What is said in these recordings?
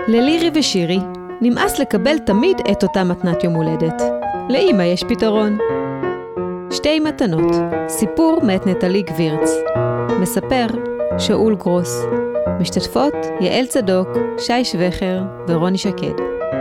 ללירי ושירי נמאס לקבל תמיד את אותה מתנת יום הולדת. לאמא יש פתרון. שתי מתנות, סיפור מאת נטלי גבירץ. מספר שאול גרוס. משתתפות יעל צדוק, שי שווכר ורוני שקד.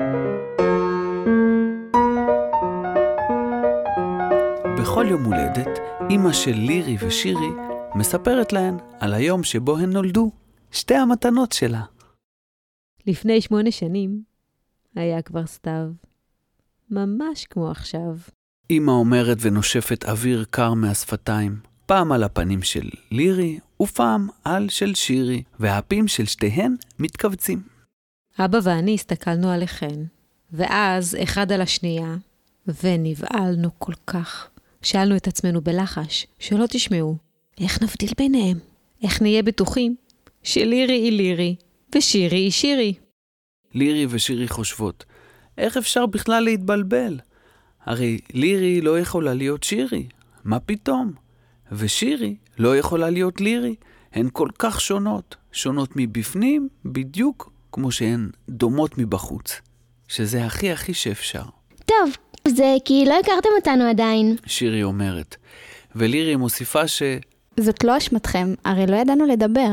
בכל יום הולדת, אמא של לירי ושירי מספרת להן על היום שבו הן נולדו, שתי המתנות שלה. לפני 8 שנים היה כבר סתיו, ממש כמו עכשיו. אמא אומרת ונושפת אוויר קר מהשפתיים, פעם על הפנים של לירי ופעם על של שירי, והפים של שתיהן מתכווצים. אבא ואני הסתכלנו עליכן, ואז אחד על השנייה, ונבעלנו כל כך. שאלנו את עצמנו בלחש, שלא תשמעו, איך נבדיל ביניהם? איך נהיה בטוחים שלירי היא לירי ושירי היא שירי? לירי ושירי חושבות, איך אפשר בכלל להתבלבל? הרי לירי לא יכולה להיות שירי, מה פתאום? ושירי לא יכולה להיות לירי, הן כל כך שונות, שונות מבפנים בדיוק כמו שהן דומות מבחוץ, שזה הכי שאפשר. טוב, זה כי לא הכרתם אותנו עדיין. שירי אומרת, ולירי מוסיפה זאת לא אשמתכם, הרי לא ידענו לדבר.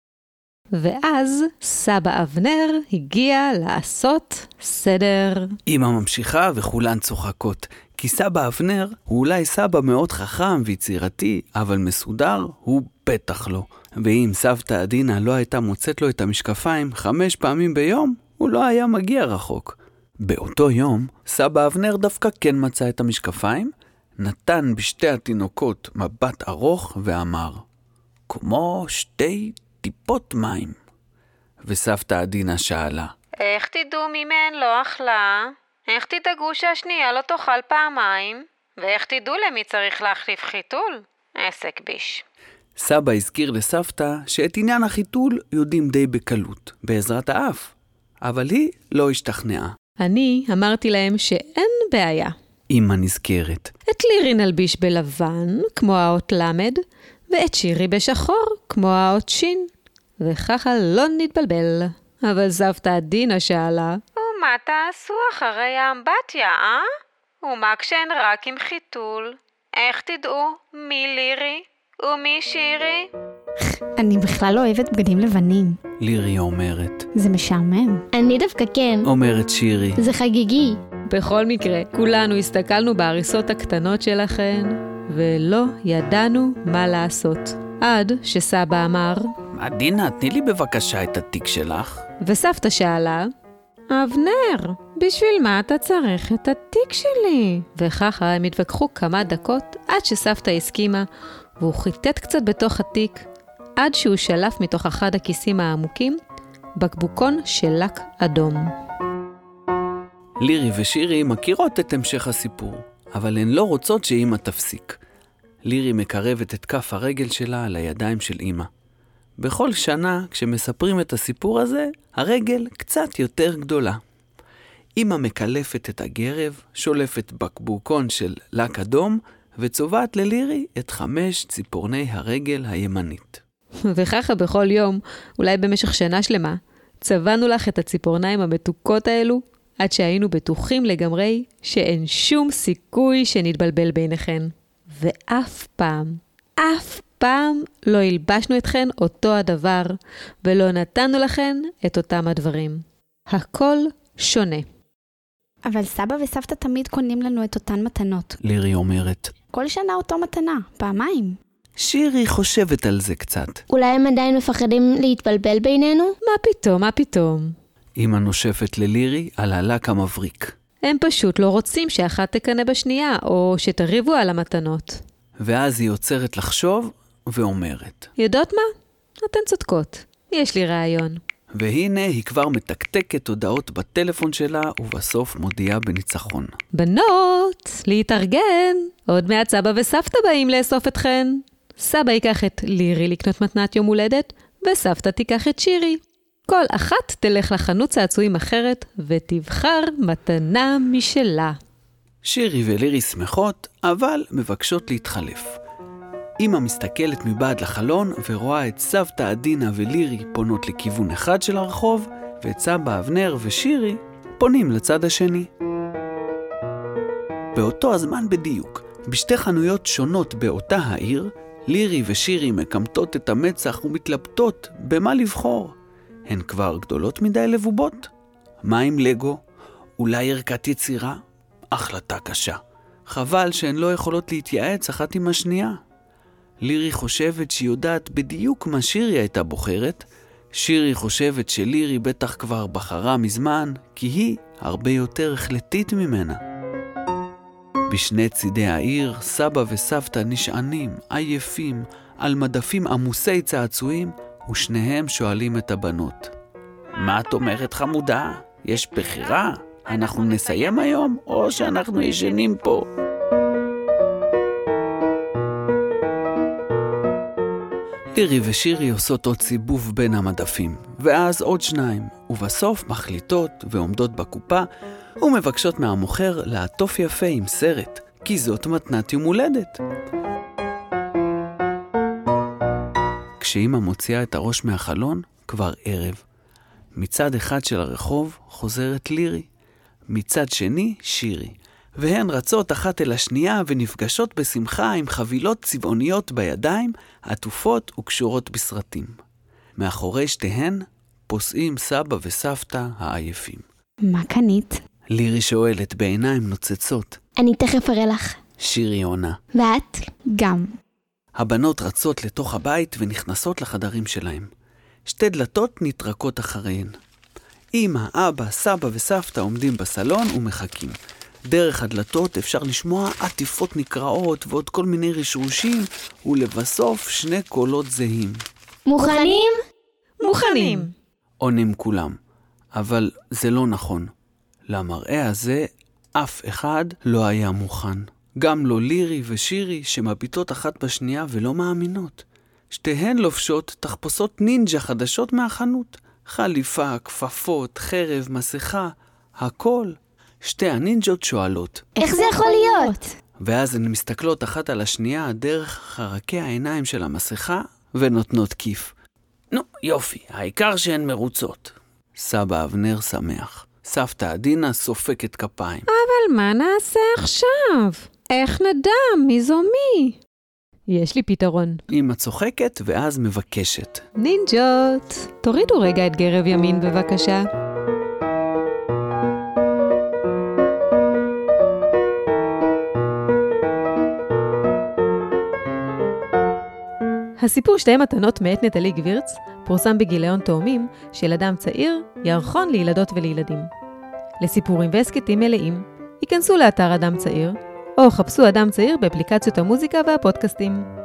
ואז סבא אבנר הגיע לעשות סדר. אמא ממשיכה וכולן צוחקות, כי סבא אבנר הוא אולי סבא מאוד חכם ויצירתי, אבל מסודר הוא בטח לא. ואם סבתא עדינה לא הייתה מוצאת לו את המשקפיים 5 פעמים ביום, הוא לא היה מגיע רחוק. באותו יום, סבא אבנר דווקא כן מצא את המשקפיים, נתן בשתי התינוקות מבט ארוך ואמר, כמו 2 טיפות מים. וסבתא עדינה שאלה, איך תדעו מי מהן לא אכלה? איך תדאגו שהשנייה לא תאכל פעמיים? ואיך תדעו למי צריך להחליף חיתול? עסק ביש. סבא הזכיר לסבתא שאת עניין החיתול יודעים די בקלות, בעזרת האף, אבל היא לא השתכנעה. אני אמרתי להם שאין בעיה. אמא נזכרת. את לירי נלביש בלבן, כמו האות למד, ואת שירי בשחור, כמו האות שין. וככה לא נתבלבל. אבל סבתא עדינה שאלה, ומה תעשו אחרי האמבטיה, ומה כשהן רק עם חיתול? איך תדעו מי לירי ומי שירי? אני בכלל לא אוהבת בגדים לבנים. לירי אומרת. זה משעמם. אני דווקא כן. אומרת שירי. זה חגיגי. בכל מקרה, כולנו הסתכלנו בהריסות הקטנות שלכן, ולא ידענו מה לעשות. עד שסבא אמר, עדינה, תני לי בבקשה את התיק שלך. וסבתא שאלה, אבנר, בשביל מה אתה צריך את התיק שלי? וככה הם התווכחו כמה דקות עד שסבתא הסכימה, והוא חיטט קצת בתוך התיק, עד שהוא שלף מתוך אחד הכיסים העמוקים, בקבוקון של לק אדום. לירי ושירי מכירות את המשך הסיפור, אבל הן לא רוצות שאמא תפסיק. לירי מקרבת את כף הרגל שלה על הידיים של אמא. בכל שנה, כשמספרים את הסיפור הזה, הרגל קצת יותר גדולה. אמא מקלפת את הגרב, שולפת בקבוקון של לק אדום, וצובעת ללירי את 5 ציפורני הרגל הימנית. וככה בכל יום, אולי במשך שנה שלמה, צבענו לך את הציפורניים המתוקות האלו, עד שהיינו בטוחים לגמרי שאין שום סיכוי שנתבלבל ביניכן. ואף פעם לא הלבשנו אתכן אותו הדבר, ולא נתנו לכן את אותם הדברים. הכל שונה. אבל סבא וסבתא תמיד קונים לנו את אותן מתנות. לירי אומרת. כל שנה אותו מתנה, פעמיים. שירי חושבת על זה קצת. אולי הם עדיין מפחדים להתבלבל בינינו? מה פתאום? אמא נושפת ללירי על הלק המבריק. הם פשוט לא רוצים שאחת תקנה בשנייה, או שתריבו על המתנות. ואז היא עוצרת לחשוב ואומרת. יודעות מה? אתן צודקות. יש לי רעיון. והנה היא כבר מתקתקת הודעות בטלפון שלה, ובסוף מודיעה בניצחון. בנות, להתארגן. עוד מעט סבא וסבתא באים לאסוף אתכן. סבא ייקח את לירי לקנות מתנת יום הולדת, וסבתא תיקח את שירי. כל אחת תלך לחנות צעצועים אחרת, ותבחר מתנה משלה. שירי ולירי שמחות, אבל מבקשות להתחלף. אמא מסתכלת מבעד לחלון ורואה את סבתא עדינה ולירי פונות לכיוון אחד של הרחוב, ואת סבא אבנר ושירי פונים לצד השני. באותו הזמן בדיוק, בשתי חנויות שונות באותה העיר, לירי ושירי מקמטות את המצח ומתלבטות במה לבחור. הן כבר גדולות מדי לבובות? מה עם לגו? אולי ערכת יצירה? החלטה קשה. חבל שהן לא יכולות להתייעץ אחת עם השנייה. לירי חושבת שהיא יודעת בדיוק מה שירי הייתה בוחרת. שירי חושבת שלירי בטח כבר בחרה מזמן, כי היא הרבה יותר החלטית ממנה. בשני צידי העיר, סבא וסבתא נשענים, עייפים, על מדפים עמוסי צעצועים, ושניהם שואלים את הבנות. מה את אומרת חמודה? יש בחירה? אנחנו נסיים היום, או שאנחנו ישנים פה? לירי ושירי עושות עוד סיבוב בין המדפים, ואז עוד שניים, ובסוף מחליטות ועומדות בקופה, ומבקשות מהמוכר לעטוף יפה עם סרט, כי זאת מתנת יום הולדת. כשאמא מוציאה את הראש מהחלון, כבר ערב. מצד אחד של הרחוב חוזרת לירי, מצד שני שירי, והן רצות אחת אל השנייה ונפגשות בשמחה עם חבילות צבעוניות בידיים, עטופות וקשורות בסרטים. מאחורי שתיהן פוסעים סבא וסבתא העייפים. מה קנית? לירי שואלת בעיניים נוצצות. אני תכף אראה לך. שירי עונה. ואת? גם. הבנות רצות לתוך הבית ונכנסות לחדרים שלהם. שתי דלתות נטרקות אחריהן. אמא, אבא, סבא וסבתא עומדים בסלון ומחכים. דרך הדלתות אפשר לשמוע עטיפות נקראות ועוד כל מיני רשרושים, ולבסוף שני קולות זהים. מוכנים? מוכנים. עונים כולם. אבל זה לא נכון. למראה הזה אף אחד לא היה מוכן. גם לא לירי ושירי שמביטות אחת בשנייה ולא מאמינות. שתיהן לובשות תחפושות נינג'ה חדשות מהחנות. חליפה, כפפות, חרב, מסכה, הכל. שתי הנינג'ות שואלות. איך זה יכול להיות? ואז הן מסתכלות אחת על השנייה דרך חרקי העיניים של המסכה ונותנות כיף. נו, יופי, העיקר שהן מרוצות. סבא אבנר שמח. סבתא עדינה סופקת כפיים. אבל מה נעשה עכשיו? איך נדע מי זו מי? יש לי פתרון. אמא צוחקת ואז מבקשת. נינג'ות, תורידו רגע את גרב ימין בבקשה. הסיפור שתי מתנות מאת נטלי גבירץ פורסם בגיליון תאומים של אדם צעיר, ירחון לילדות ולילדים. לסיפורים והסקטים מלאים, היכנסו לאתר אדם צעיר, או חפשו אדם צעיר באפליקציות המוזיקה והפודקאסטים.